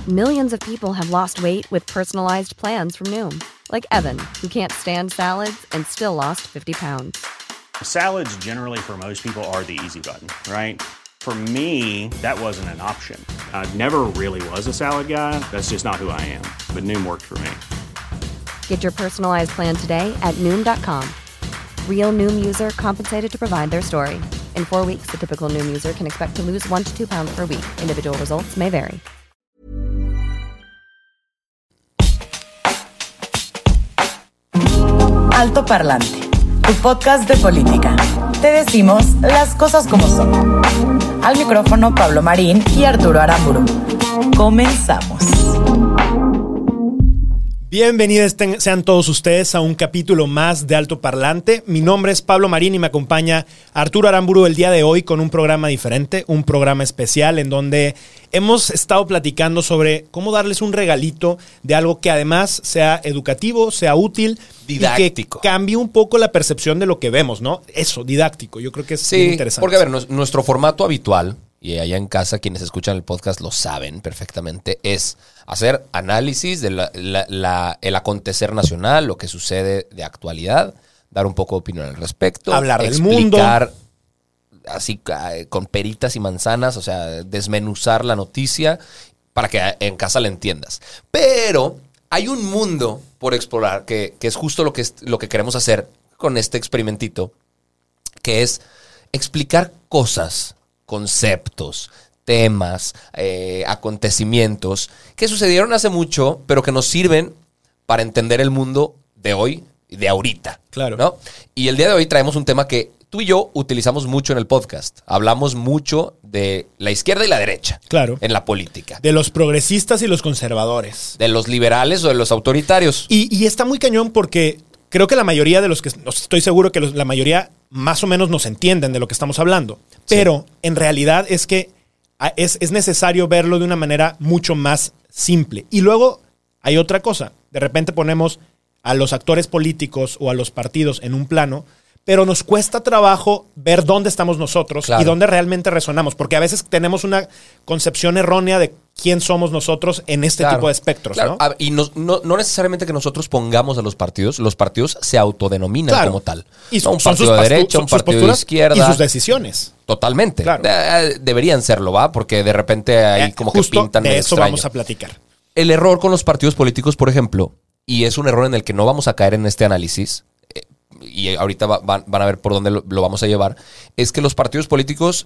Millions of people have lost weight with personalized plans from Noom. Like Evan, who can't stand salads and still lost 50 pounds. Salads generally for most people are the easy button, right? For me, that wasn't an option. I never really was a salad guy. That's just not who I am. But Noom worked for me. Get your personalized plan today at Noom.com. Real Noom user compensated to provide their story. In 4 weeks, the typical Noom user can expect to lose 1 to 2 pounds per week. Individual results may vary. Alto Parlante, tu podcast de política. Te decimos las cosas como son. Al micrófono Pablo Marín y Arturo Aramburu. Comenzamos. Bienvenidos sean todos ustedes a un capítulo más de Alto Parlante. Mi nombre es Pablo Marín y me acompaña Arturo Aramburu el día de hoy con un programa diferente, un programa especial en donde hemos estado platicando sobre cómo darles un regalito de algo que además sea educativo, sea útil, didáctico, y que cambie un poco la percepción de lo que vemos, ¿no? Eso, didáctico, yo creo que es bien interesante. Porque a ver, nuestro formato habitual, y allá en casa quienes escuchan el podcast lo saben perfectamente, es hacer análisis de el acontecer nacional, lo que sucede de actualidad, dar un poco de opinión al respecto, hablar del mundo, explicar así con peritas y manzanas, o sea, desmenuzar la noticia para que en casa la entiendas. Pero hay un mundo por explorar que es justo lo que queremos hacer con este experimentito, que es explicar cosas, conceptos, temas, acontecimientos que sucedieron hace mucho, pero que nos sirven para entender el mundo de hoy y de ahorita. Claro. ¿No? Y el día de hoy traemos un tema que tú y yo utilizamos mucho en el podcast. Hablamos mucho de la izquierda y la derecha. Claro. En la política. De los progresistas y los conservadores. De los liberales o de los autoritarios. Y está muy cañón porque creo que la mayoría de los que... Estoy seguro que la mayoría más o menos nos entienden de lo que estamos hablando. Pero en realidad es que es necesario verlo de una manera mucho más simple. Y luego hay otra cosa. De repente ponemos a los actores políticos o a los partidos en un plano, pero nos cuesta trabajo ver dónde estamos nosotros, claro, y dónde realmente resonamos. Porque a veces tenemos una concepción errónea de quién somos nosotros en este tipo de espectros. Claro. ¿No? Y no necesariamente que nosotros pongamos a los partidos se autodenominan como tal. Y ¿no? Un partido de derecha, un partido de izquierda. Y sus decisiones. Totalmente. Claro. Deberían serlo, ¿va? Porque de repente ahí como que pintan de eso extraño. Vamos a platicar. El error con los partidos políticos, por ejemplo, y es un error en el que no vamos a caer en este análisis, y ahorita van a ver por dónde lo vamos a llevar, es que los partidos políticos,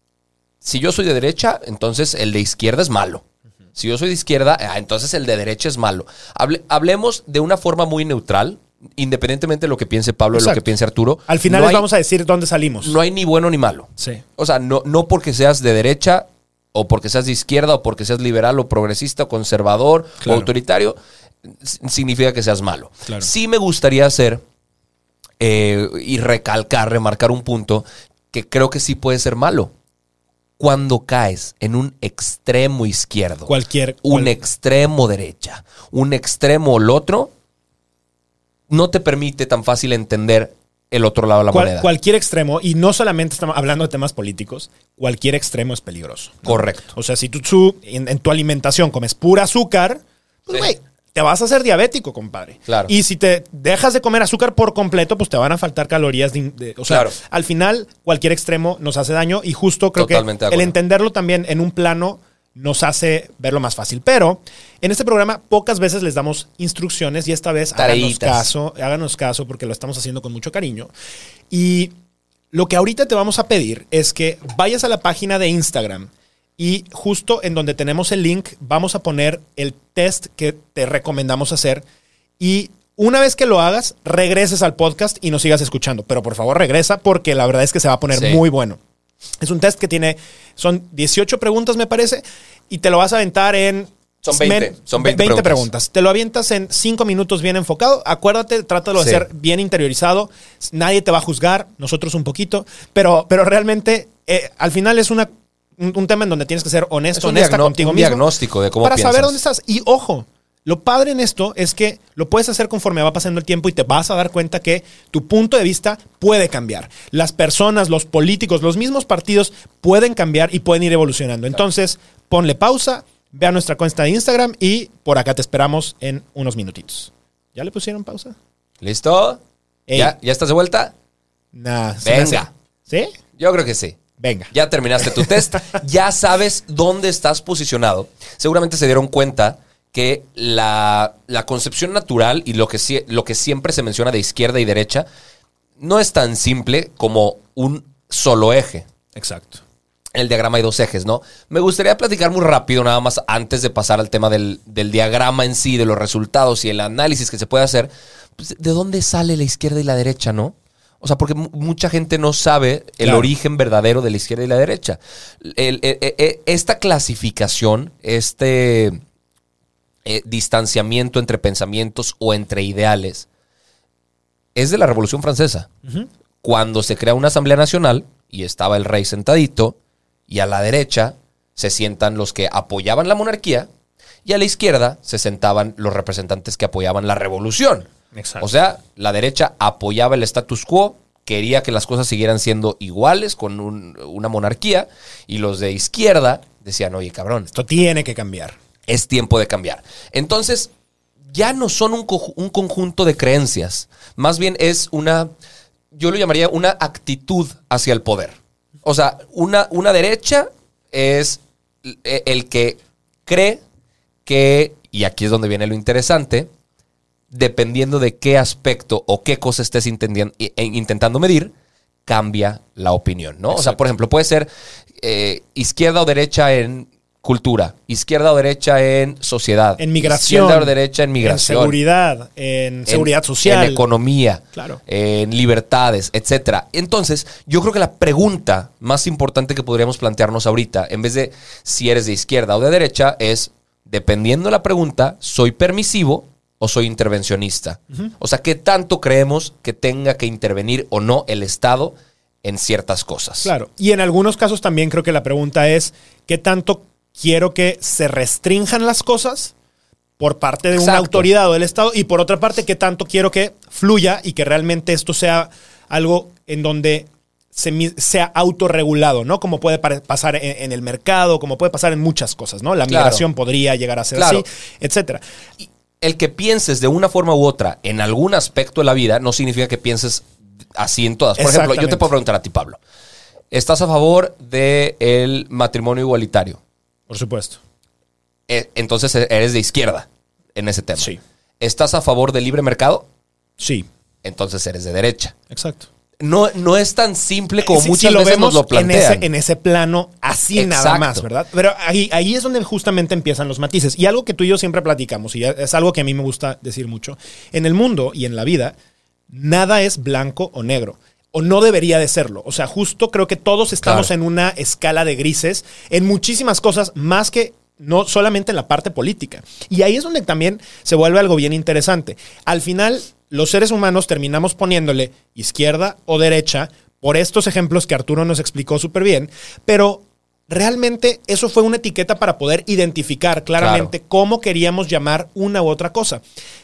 si yo soy de derecha, entonces el de izquierda es malo. Si yo soy de izquierda, entonces el de derecha es malo. Hablemos de una forma muy neutral, independientemente de lo que piense Pablo y lo que piense Arturo. Al final les vamos a decir dónde salimos. No hay ni bueno ni malo. Sí. O sea, no porque seas de derecha o porque seas de izquierda o porque seas liberal o progresista o conservador o autoritario, significa que seas malo. Claro. Sí me gustaría hacer y remarcar un punto que creo que sí puede ser malo. Cuando caes en un extremo izquierdo, un extremo derecha, un extremo o el otro, no te permite tan fácil entender el otro lado de la moneda. Cualquier extremo, y no solamente estamos hablando de temas políticos, cualquier extremo es peligroso, ¿no? Correcto. O sea, si tú en tu alimentación comes pura azúcar, pues güey, te vas a hacer diabético, compadre. Claro. Y si te dejas de comer azúcar por completo, pues te van a faltar calorías. O sea, claro, al final, cualquier extremo nos hace daño y justo creo totalmente que el entenderlo también en un plano nos hace verlo más fácil. Pero en este programa pocas veces les damos instrucciones y esta vez háganos caso porque lo estamos haciendo con mucho cariño. Y lo que ahorita te vamos a pedir es que vayas a la página de Instagram y justo en donde tenemos el link vamos a poner el test que te recomendamos hacer y una vez que lo hagas, regreses al podcast y nos sigas escuchando. Pero por favor regresa porque la verdad es que se va a poner muy bueno. Es un test que son 18 preguntas me parece y te lo vas a aventar en... Son 20 preguntas. Te lo avientas en 5 minutos bien enfocado. Acuérdate, trátalo de hacer bien interiorizado. Nadie te va a juzgar, nosotros un poquito. Pero realmente al final es un tema en donde tienes que ser honesta contigo mismo. Un diagnóstico de cómo para piensas. Saber dónde estás. Y ojo, lo padre en esto es que lo puedes hacer conforme va pasando el tiempo y te vas a dar cuenta que tu punto de vista puede cambiar. Las personas, los políticos, los mismos partidos pueden cambiar y pueden ir evolucionando. Entonces, ponle pausa, ve a nuestra cuenta de Instagram y por acá te esperamos en unos minutitos. ¿Ya le pusieron pausa? ¿Listo? ¿Ya estás de vuelta? Nah. Venga. ¿Sí? Yo creo que sí. Venga. Ya terminaste tu test. Ya sabes dónde estás posicionado. Seguramente se dieron cuenta que la concepción natural y lo que siempre se menciona de izquierda y derecha no es tan simple como un solo eje. Exacto. En el diagrama hay 2 ejes, ¿no? Me gustaría platicar muy rápido, nada más antes de pasar al tema del diagrama en sí, de los resultados y el análisis que se puede hacer. Pues, ¿de dónde sale la izquierda y la derecha, no? O sea, porque mucha gente no sabe el origen verdadero de la izquierda y la derecha. Esta clasificación, distanciamiento entre pensamientos o entre ideales, es de la Revolución Francesa. Uh-huh. Cuando se crea una Asamblea Nacional y estaba el rey sentadito, y a la derecha se sientan los que apoyaban la monarquía y a la izquierda se sentaban los representantes que apoyaban la revolución. Exacto. O sea, la derecha apoyaba el status quo, quería que las cosas siguieran siendo iguales con una monarquía, y los de izquierda decían, oye, cabrón, esto tiene que cambiar. Es tiempo de cambiar. Entonces, ya no son un conjunto de creencias, más bien es yo lo llamaría una actitud hacia el poder. O sea, una derecha es el que cree que, y aquí es donde viene lo interesante, dependiendo de qué aspecto o qué cosa estés intentando medir, cambia la opinión, ¿no? Exacto. O sea, por ejemplo, puede ser izquierda o derecha en cultura, izquierda o derecha en sociedad, en migración, izquierda o derecha en migración, en seguridad social, en economía, claro, en libertades, etcétera. Entonces, yo creo que la pregunta más importante que podríamos plantearnos ahorita, en vez de si eres de izquierda o de derecha, es, dependiendo de la pregunta, ¿soy permisivo o soy intervencionista? Uh-huh. O sea, ¿qué tanto creemos que tenga que intervenir o no el Estado en ciertas cosas? Claro, y en algunos casos también creo que la pregunta es, ¿qué tanto quiero que se restrinjan las cosas por parte de una autoridad o del Estado? Y por otra parte, ¿qué tanto quiero que fluya y que realmente esto sea algo en donde sea autorregulado, ¿no? Como puede pasar en el mercado, como puede pasar en muchas cosas, ¿no? La migración podría llegar a ser así, etcétera. Y el que pienses de una forma u otra en algún aspecto de la vida no significa que pienses así en todas. Por ejemplo, yo te puedo preguntar a ti, Pablo, ¿estás a favor del matrimonio igualitario? Por supuesto. Entonces eres de izquierda en ese tema. Sí. ¿Estás a favor del libre mercado? Sí. Entonces eres de derecha. Exacto. No es tan simple como muchas veces nos lo plantean. En ese plano, así nada más, ¿verdad? Pero ahí es donde justamente empiezan los matices. Y algo que tú y yo siempre platicamos, y es algo que a mí me gusta decir mucho, en el mundo y en la vida, nada es blanco o negro. O no debería de serlo. O sea, justo creo que todos estamos en una escala de grises en muchísimas cosas, más que no solamente en la parte política. Y ahí es donde también se vuelve algo bien interesante. Al final, los seres humanos terminamos poniéndole izquierda o derecha por estos ejemplos que Arturo nos explicó súper bien, pero realmente eso fue una etiqueta para poder identificar claramente cómo queríamos llamar una u otra cosa.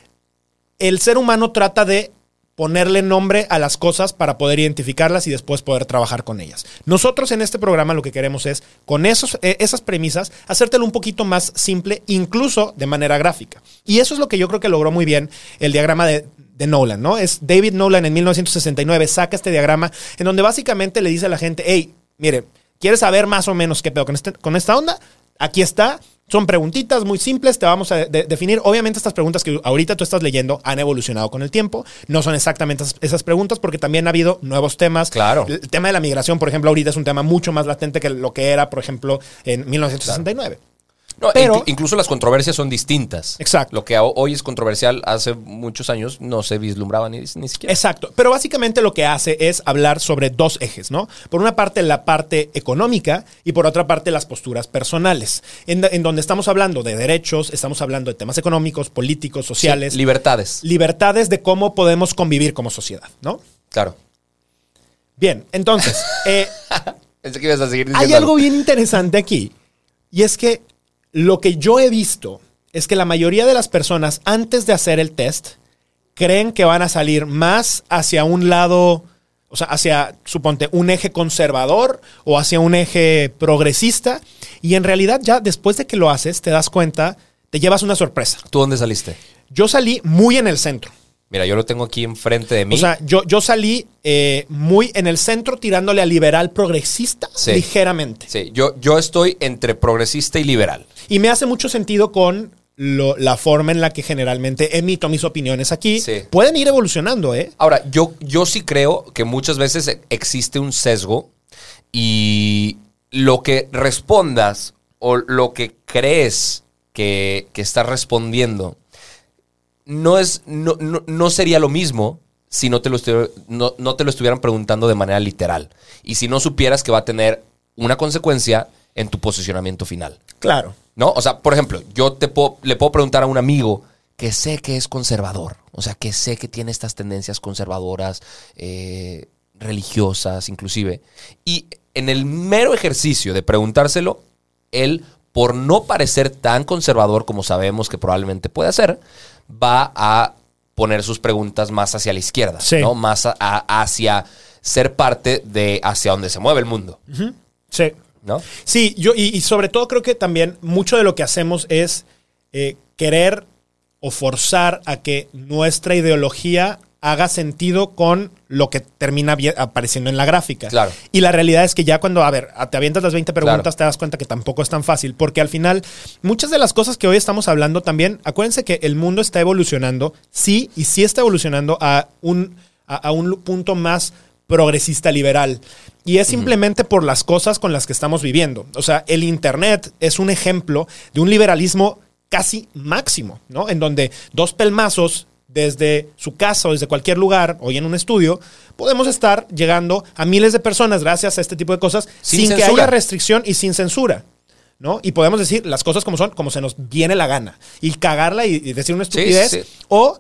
El ser humano trata de ponerle nombre a las cosas para poder identificarlas y después poder trabajar con ellas. Nosotros en este programa lo que queremos es, con esas premisas, hacértelo un poquito más simple, incluso de manera gráfica. Y eso es lo que yo creo que logró muy bien el diagrama de Nolan, ¿no? Es David Nolan en 1969 saca este diagrama en donde básicamente le dice a la gente, hey, mire, ¿quieres saber más o menos qué pedo con esta onda? Aquí está. Son preguntitas muy simples, te vamos a definir. Obviamente estas preguntas que ahorita tú estás leyendo han evolucionado con el tiempo. No son exactamente esas preguntas porque también ha habido nuevos temas. Claro. El tema de la migración, por ejemplo, ahorita es un tema mucho más latente que lo que era, por ejemplo, en 1969. Claro. No, pero incluso las controversias son distintas. Exacto. Lo que hoy es controversial, hace muchos años no se vislumbraba ni siquiera. Exacto. Pero básicamente lo que hace es hablar sobre dos ejes, ¿no? Por una parte, la parte económica y por otra parte, las posturas personales. En donde estamos hablando de derechos, estamos hablando de temas económicos, políticos, sociales. Sí, libertades. Libertades de cómo podemos convivir como sociedad, ¿no? Claro. Bien, entonces. Pensé que ibas a seguir diciendo hay algo bien interesante aquí. Y es que lo que yo he visto es que la mayoría de las personas antes de hacer el test creen que van a salir más hacia un lado, o sea, hacia, suponte, un eje conservador o hacia un eje progresista. Y en realidad ya después de que lo haces, te das cuenta, te llevas una sorpresa. ¿Tú dónde saliste? Yo salí muy en el centro. Mira, yo lo tengo aquí enfrente de mí. O sea, yo salí muy en el centro tirándole a liberal progresista ligeramente. Sí, yo estoy entre progresista y liberal. Y me hace mucho sentido con la forma en la que generalmente emito mis opiniones aquí. Sí. Pueden ir evolucionando, ¿eh? Ahora, yo sí creo que muchas veces existe un sesgo y lo que respondas o lo que crees que estás respondiendo no sería lo mismo si no te lo estuvieran preguntando de manera literal. Y si no supieras que va a tener una consecuencia en tu posicionamiento final. Claro. ¿No? O sea, por ejemplo, yo le puedo preguntar a un amigo que sé que es conservador. O sea, que sé que tiene estas tendencias conservadoras, religiosas inclusive. Y en el mero ejercicio de preguntárselo, él, por no parecer tan conservador como sabemos que probablemente puede ser, va a poner sus preguntas más hacia la izquierda, sí, ¿no? Más hacia ser parte de hacia donde se mueve el mundo. Uh-huh. Sí. ¿No? Sí, y sobre todo creo que también mucho de lo que hacemos es querer o forzar a que nuestra ideología haga sentido con lo que termina apareciendo en la gráfica. Claro. Y la realidad es que ya cuando, te avientas las 20 preguntas, claro, te das cuenta que tampoco es tan fácil, porque al final muchas de las cosas que hoy estamos hablando también, acuérdense que el mundo está evolucionando, sí está evolucionando a un punto más progresista liberal. Y es simplemente por las cosas con las que estamos viviendo. O sea, el Internet es un ejemplo de un liberalismo casi máximo, ¿no? En donde dos pelmazos desde su casa o desde cualquier lugar, hoy en un estudio, podemos estar llegando a miles de personas gracias a este tipo de cosas sin que haya restricción y sin censura, ¿no? Y podemos decir las cosas como son, como se nos viene la gana. Y cagarla y decir una estupidez. Sí. O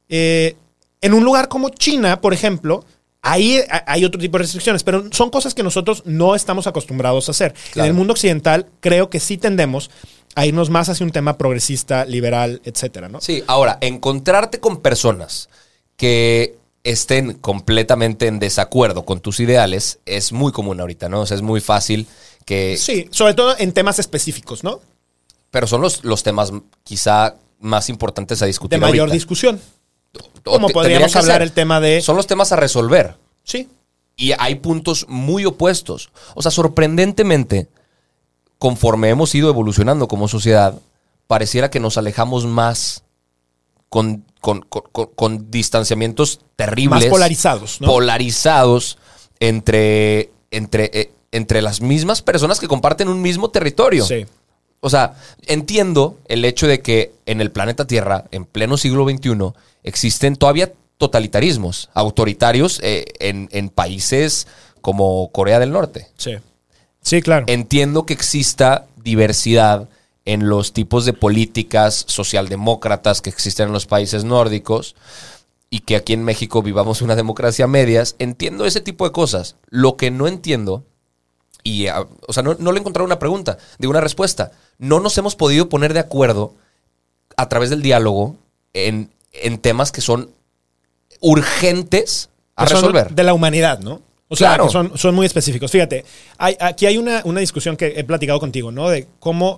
en un lugar como China, por ejemplo, ahí hay otro tipo de restricciones, pero son cosas que nosotros no estamos acostumbrados a hacer. Claro. En el mundo occidental creo que sí tendemos a irnos más hacia un tema progresista, liberal, etcétera, ¿no? Sí, ahora, encontrarte con personas que estén completamente en desacuerdo con tus ideales es muy común ahorita, ¿no? O sea, es muy fácil que... Sí, sobre todo en temas específicos, ¿no? Pero son los temas quizá más importantes a discutir de mayor ahorita. Discusión. Como podríamos hablar el tema de... Son los temas a resolver. Sí. Y hay puntos muy opuestos. O sea, sorprendentemente, conforme hemos ido evolucionando como sociedad, pareciera que nos alejamos más con distanciamientos terribles. Más polarizados, ¿no? Polarizados entre las mismas personas que comparten un mismo territorio. Sí. O sea, entiendo el hecho de que en el planeta Tierra, en pleno siglo XXI, existen todavía totalitarismos autoritarios en países como Corea del Norte. Sí. Sí, claro. Entiendo que exista diversidad en los tipos de políticas socialdemócratas que existen en los países nórdicos y que aquí en México vivamos una democracia a medias. Entiendo ese tipo de cosas. Lo que no entiendo, o sea, no le he encontrado una respuesta. No nos hemos podido poner de acuerdo a través del diálogo en temas que son urgentes a resolver. De la humanidad, ¿no? O sea, claro, que son muy específicos. Fíjate, aquí hay una discusión que he platicado contigo, ¿no? De cómo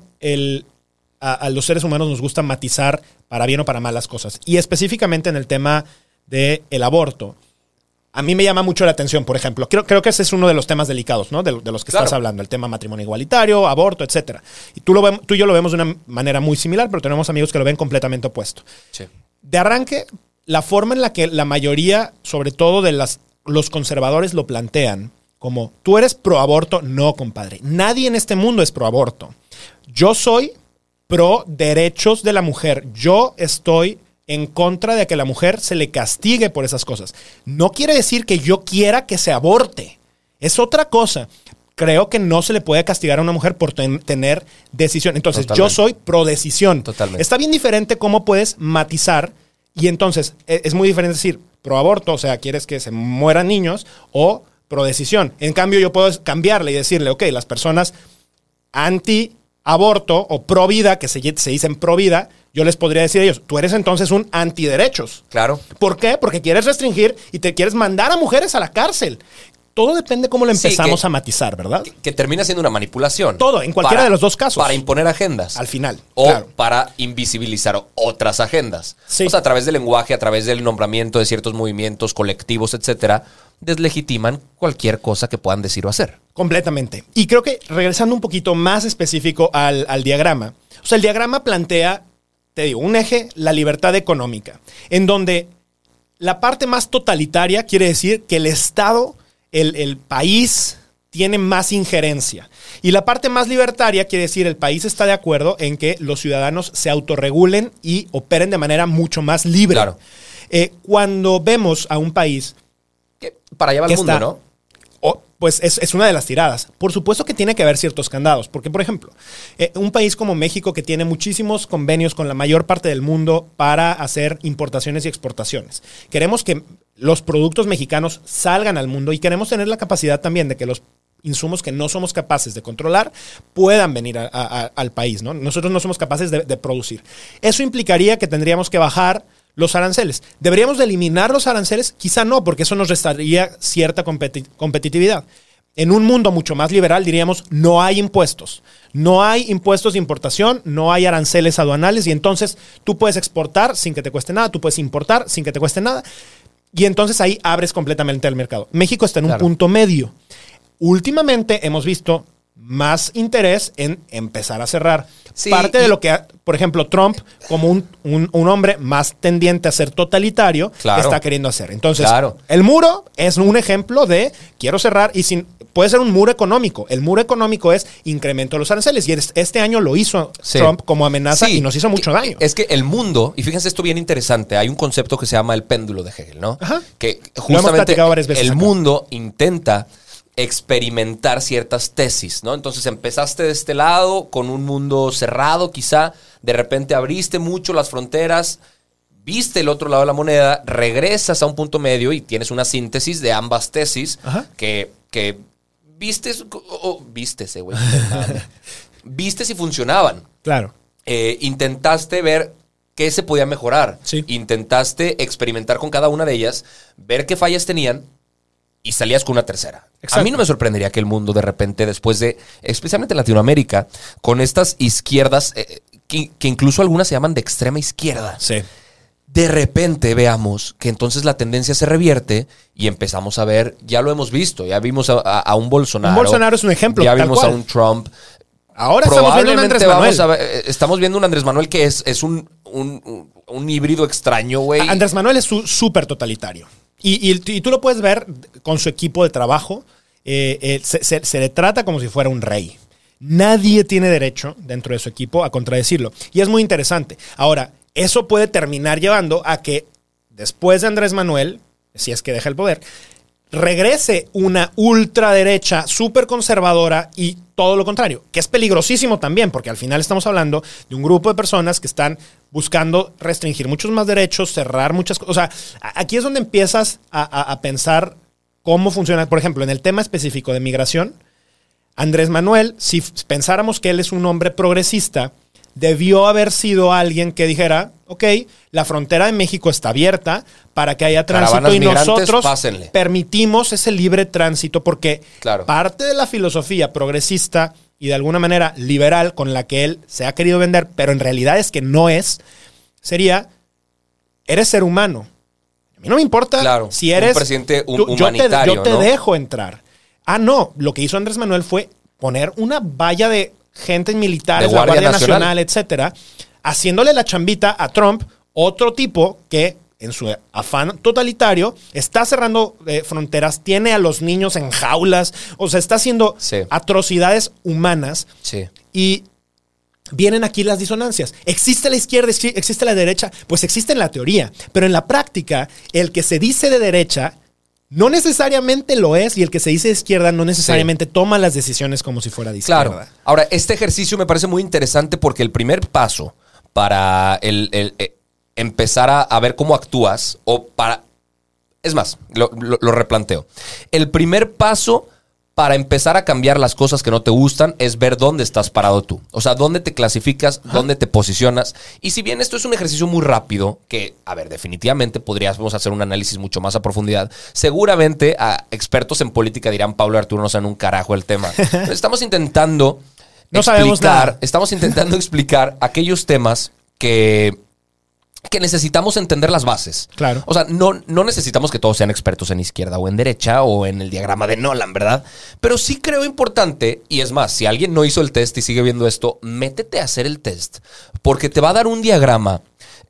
a los seres humanos nos gusta matizar para bien o para mal las cosas. Y específicamente en el tema del aborto. A mí me llama mucho la atención, por ejemplo. Creo que ese es uno de los temas delicados, ¿no? De los que estás hablando. El tema matrimonio igualitario, aborto, etcétera. Y tú y yo lo vemos de una manera muy similar, pero tenemos amigos que lo ven completamente opuesto. Sí. De arranque, la forma en la que la mayoría, sobre todo de los conservadores, lo plantean como, ¿tú eres pro aborto? No, compadre. Nadie en este mundo es pro aborto. Yo soy pro derechos de la mujer. Yo estoy en contra de que a la mujer se le castigue por esas cosas. No quiere decir que yo quiera que se aborte. Es otra cosa. Creo que no se le puede castigar a una mujer por tener decisión. Entonces, totalmente. Yo soy pro decisión. Totalmente. Está bien diferente cómo puedes matizar. Y entonces, es muy diferente decir pro aborto, o sea, quieres que se mueran niños, o pro decisión. En cambio, yo puedo cambiarle y decirle, ok, las personas anti aborto o pro vida, que se dicen pro vida, yo les podría decir a ellos, tú eres entonces un antiderechos. Claro. ¿Por qué? Porque quieres restringir y te quieres mandar a mujeres a la cárcel. Todo depende cómo lo empezamos a matizar, ¿verdad? Que termina siendo una manipulación. Todo, en cualquiera de los dos casos. Para imponer agendas. Al final. O para invisibilizar otras agendas. Sí. O sea, a través del lenguaje, a través del nombramiento de ciertos movimientos colectivos, etcétera, deslegitiman cualquier cosa que puedan decir o hacer. Completamente. Y creo que regresando un poquito más específico al diagrama. O sea, el diagrama plantea, te digo, un eje, la libertad económica, en donde la parte más totalitaria quiere decir que el Estado, el país, tiene más injerencia. Y la parte más libertaria quiere decir el país está de acuerdo en que los ciudadanos se autorregulen y operen de manera mucho más libre. Claro. Cuando vemos a un país... Que para allá va el mundo, ¿no? Pues es una de las tiradas. Por supuesto que tiene que haber ciertos candados, porque, por ejemplo, un país como México, que tiene muchísimos convenios con la mayor parte del mundo para hacer importaciones y exportaciones. Queremos que los productos mexicanos salgan al mundo y queremos tener la capacidad también de que los insumos que no somos capaces de controlar puedan venir al país, ¿no? Nosotros no somos capaces de producir. Eso implicaría que tendríamos que bajar los aranceles. ¿Deberíamos de eliminar los aranceles? Quizá no, porque eso nos restaría cierta competitividad. En un mundo mucho más liberal diríamos, no hay impuestos. No hay impuestos de importación, no hay aranceles aduanales y entonces tú puedes exportar sin que te cueste nada, tú puedes importar sin que te cueste nada y entonces ahí abres completamente el mercado. México está en un punto medio. Últimamente hemos visto más interés en empezar a cerrar. Sí, parte de lo que, por ejemplo, Trump, como un hombre más tendiente a ser totalitario, está queriendo hacer. Entonces, el muro es un ejemplo de quiero cerrar y puede ser un muro económico. El muro económico es incremento de los aranceles y este año lo hizo Trump como amenaza y nos hizo mucho daño. Es que el mundo, y fíjense esto bien interesante, hay un concepto que se llama el péndulo de Hegel, ¿no? Ajá. Que justamente el mundo intenta experimentar ciertas tesis, ¿no? Entonces empezaste de este lado con un mundo cerrado, quizá de repente abriste mucho las fronteras, viste el otro lado de la moneda, regresas a un punto medio y tienes una síntesis de ambas tesis que vistes y funcionaban. Claro. Intentaste ver qué se podía mejorar. Sí. Intentaste experimentar con cada una de ellas, ver qué fallas tenían y salías con una tercera. Exacto. A mí no me sorprendería que el mundo de repente, después de, especialmente Latinoamérica, con estas izquierdas, que incluso algunas se llaman de extrema izquierda, de repente veamos que entonces la tendencia se revierte y empezamos a ver, ya lo hemos visto, ya vimos a un Bolsonaro. Un Bolsonaro es un ejemplo. Ya vimos a un Trump. Ahora estamos viendo un Andrés Manuel. Estamos viendo un Andrés Manuel que es un híbrido extraño, güey. Andrés Manuel es súper totalitario. Y tú lo puedes ver con su equipo de trabajo. Se le trata como si fuera un rey. Nadie tiene derecho dentro de su equipo a contradecirlo. Y es muy interesante. Ahora, eso puede terminar llevando a que después de Andrés Manuel, si es que deja el poder, regrese una ultraderecha súper conservadora y todo lo contrario, que es peligrosísimo también, porque al final estamos hablando de un grupo de personas que están buscando restringir muchos más derechos, cerrar muchas cosas. O sea, aquí es donde empiezas a pensar cómo funciona. Por ejemplo, en el tema específico de migración, Andrés Manuel, si pensáramos que él es un hombre progresista, debió haber sido alguien que dijera, ok, la frontera de México está abierta para que haya tránsito y nosotros permitimos ese libre tránsito porque parte de la filosofía progresista y de alguna manera liberal con la que él se ha querido vender, pero en realidad es que no es, sería, eres ser humano. A mí no me importa si eres... un presidente humanitario, yo te dejo entrar. Ah, no, lo que hizo Andrés Manuel fue poner una valla de gente militar, la Guardia Nacional, etcétera, haciéndole la chambita a Trump, otro tipo que en su afán totalitario está cerrando fronteras, tiene a los niños en jaulas, o sea, está haciendo atrocidades humanas y vienen aquí las disonancias. ¿Existe la izquierda, existe la derecha? Pues existe en la teoría, pero en la práctica, el que se dice de derecha no necesariamente lo es y el que se dice de izquierda no necesariamente toma las decisiones como si fuera de izquierda. Claro. Ahora, este ejercicio me parece muy interesante porque el primer paso para empezar a ver cómo actúas o para... Es más, lo replanteo. El primer paso para empezar a cambiar las cosas que no te gustan es ver dónde estás parado tú. O sea, dónde te clasificas, dónde te posicionas. Y si bien esto es un ejercicio muy rápido, que, a ver, definitivamente podríamos hacer un análisis mucho más a profundidad, seguramente a expertos en política dirán, Pablo y Arturo no saben un carajo el tema. Pero estamos intentando Estamos intentando explicar aquellos temas que necesitamos entender las bases. Claro. O sea, no necesitamos que todos sean expertos en izquierda o en derecha o en el diagrama de Nolan, ¿verdad? Pero sí creo importante, y es más, si alguien no hizo el test y sigue viendo esto, métete a hacer el test, porque te va a dar un diagrama,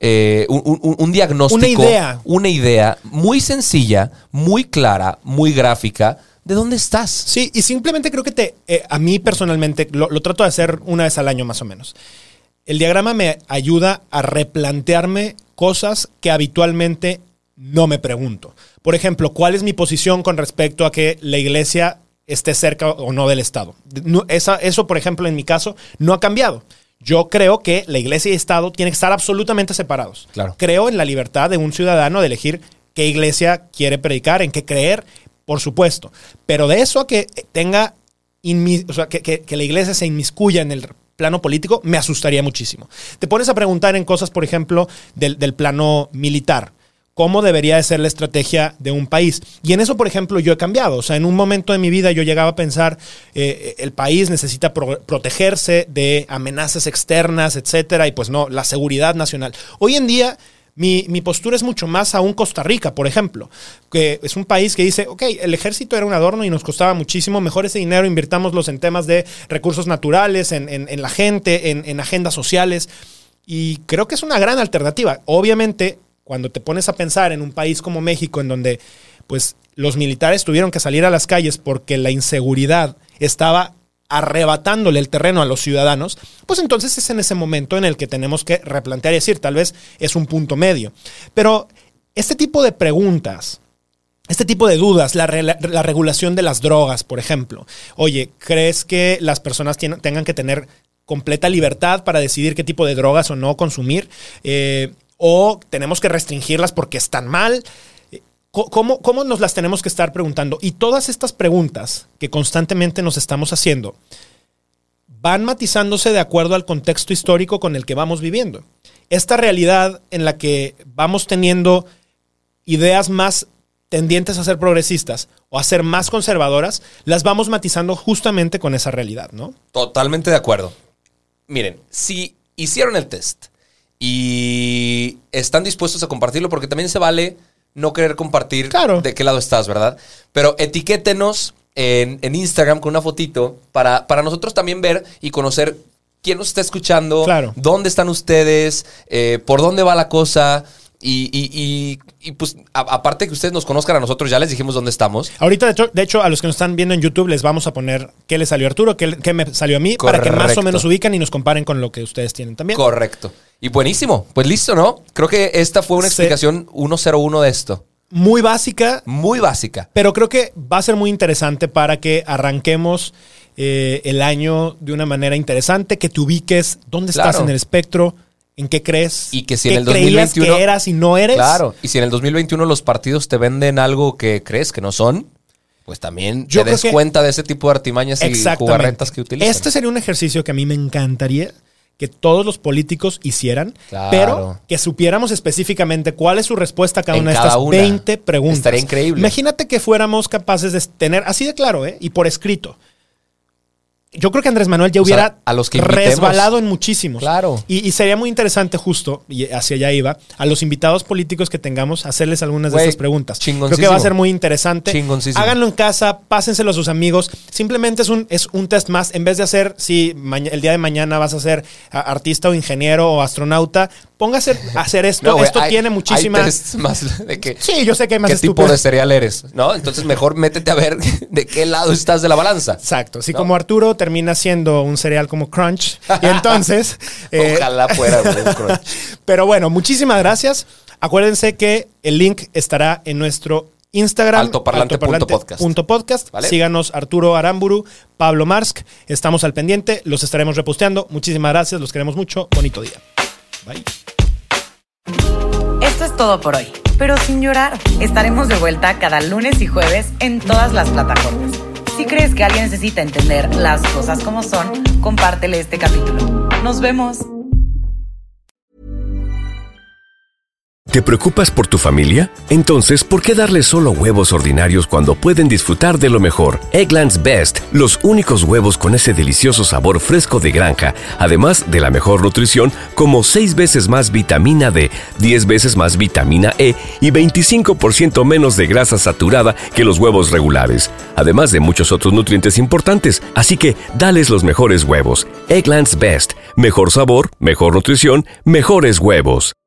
un diagnóstico. Una idea muy sencilla, muy clara, muy gráfica, ¿de dónde estás? Sí, y simplemente creo que a mí personalmente, lo trato de hacer una vez al año más o menos. El diagrama me ayuda a replantearme cosas que habitualmente no me pregunto. Por ejemplo, ¿cuál es mi posición con respecto a que la iglesia esté cerca o no del Estado? Eso, por ejemplo, en mi caso, no ha cambiado. Yo creo que la iglesia y el Estado tienen que estar absolutamente separados. Claro. Creo en la libertad de un ciudadano de elegir qué iglesia quiere predicar, en qué creer, por supuesto. Pero de eso a que tenga, que la iglesia se inmiscuya en el plano político, me asustaría muchísimo. Te pones a preguntar en cosas, por ejemplo, del plano militar. ¿Cómo debería de ser la estrategia de un país? Y en eso, por ejemplo, yo he cambiado. O sea, en un momento de mi vida yo llegaba a pensar el país necesita protegerse de amenazas externas, etcétera, y pues no, la seguridad nacional. Hoy en día mi postura es mucho más aún Costa Rica, por ejemplo, que es un país que dice, ok, el ejército era un adorno y nos costaba muchísimo, mejor ese dinero invirtámoslos en temas de recursos naturales, en la gente, en agendas sociales, y creo que es una gran alternativa. Obviamente, cuando te pones a pensar en un país como México, en donde pues los militares tuvieron que salir a las calles porque la inseguridad estaba arrebatándole el terreno a los ciudadanos, pues entonces es en ese momento en el que tenemos que replantear y decir, tal vez es un punto medio. Pero este tipo de preguntas, este tipo de dudas, la regulación de las drogas, por ejemplo. Oye, ¿crees que las personas tengan que tener completa libertad para decidir qué tipo de drogas o no consumir? ¿O tenemos que restringirlas porque están mal? ¿Cómo nos las tenemos que estar preguntando? Y todas estas preguntas que constantemente nos estamos haciendo van matizándose de acuerdo al contexto histórico con el que vamos viviendo. Esta realidad en la que vamos teniendo ideas más tendientes a ser progresistas o a ser más conservadoras, las vamos matizando justamente con esa realidad, ¿no? Totalmente de acuerdo. Miren, si hicieron el test y están dispuestos a compartirlo, porque también se vale no querer compartir de qué lado estás, ¿verdad? Pero etiquétenos en Instagram con una fotito para nosotros también ver y conocer quién nos está escuchando, dónde están ustedes, por dónde va la cosa. Y pues, aparte que ustedes nos conozcan a nosotros, ya les dijimos dónde estamos. Ahorita, de hecho, a los que nos están viendo en YouTube les vamos a poner qué le salió a Arturo, qué me salió a mí, para que más o menos ubican y nos comparen con lo que ustedes tienen también. Correcto. Y buenísimo. Pues listo, ¿no? Creo que esta fue una explicación 101 de esto. Muy básica. Muy básica. Pero creo que va a ser muy interesante para que arranquemos el año de una manera interesante, que te ubiques dónde estás en el espectro, en qué crees, y que si en el 2021 que eras y no eres. Claro, y si en el 2021 los partidos te venden algo que crees que no son, pues también te des cuenta de ese tipo de artimañas y jugarretas que utilizan. Este sería un ejercicio que a mí me encantaría que todos los políticos hicieran, pero que supiéramos específicamente cuál es su respuesta a cada una de estas 20 preguntas. Estaría increíble. Imagínate que fuéramos capaces de tener, así de claro, y por escrito. Yo creo que Andrés Manuel ya hubiera a los que resbalado en muchísimos. Claro. Y sería muy interesante justo, y hacia allá iba, a los invitados políticos que tengamos, hacerles algunas de estas preguntas. Creo que va a ser muy interesante. Háganlo en casa, pásenselo a sus amigos. Simplemente es un test más. En vez de hacer, si el día de mañana vas a ser artista o ingeniero o astronauta, póngase a hacer esto. No, esto tiene muchísimas... Hay tests más de que... Sí, yo sé que hay más estúpidos. ¿Qué tipo de cereal eres? ¿No? Entonces mejor métete a ver de qué lado estás de la balanza. Exacto. Así como Arturo termina siendo un cereal como Crunch. Y entonces... Ojalá fuera un Crunch. Pero bueno, muchísimas gracias. Acuérdense que el link estará en nuestro Instagram. Altoparlante.podcast. ¿Vale? Síganos Arturo Aramburu, Pablo Marsk. Estamos al pendiente. Los estaremos reposteando. Muchísimas gracias. Los queremos mucho. Bonito día. Bye. Esto es todo por hoy, pero sin llorar. Estaremos de vuelta cada lunes y jueves en todas las plataformas. si crees que alguien necesita entender las cosas como son, compártele este capítulo. ¡Nos vemos! ¿Te preocupas por tu familia? Entonces, ¿por qué darles solo huevos ordinarios cuando pueden disfrutar de lo mejor? Eggland's Best, los únicos huevos con ese delicioso sabor fresco de granja, además de la mejor nutrición, como 6 veces más vitamina D, 10 veces más vitamina E y 25% menos de grasa saturada que los huevos regulares, además de muchos otros nutrientes importantes. Así que, dales los mejores huevos. Eggland's Best, mejor sabor, mejor nutrición, mejores huevos.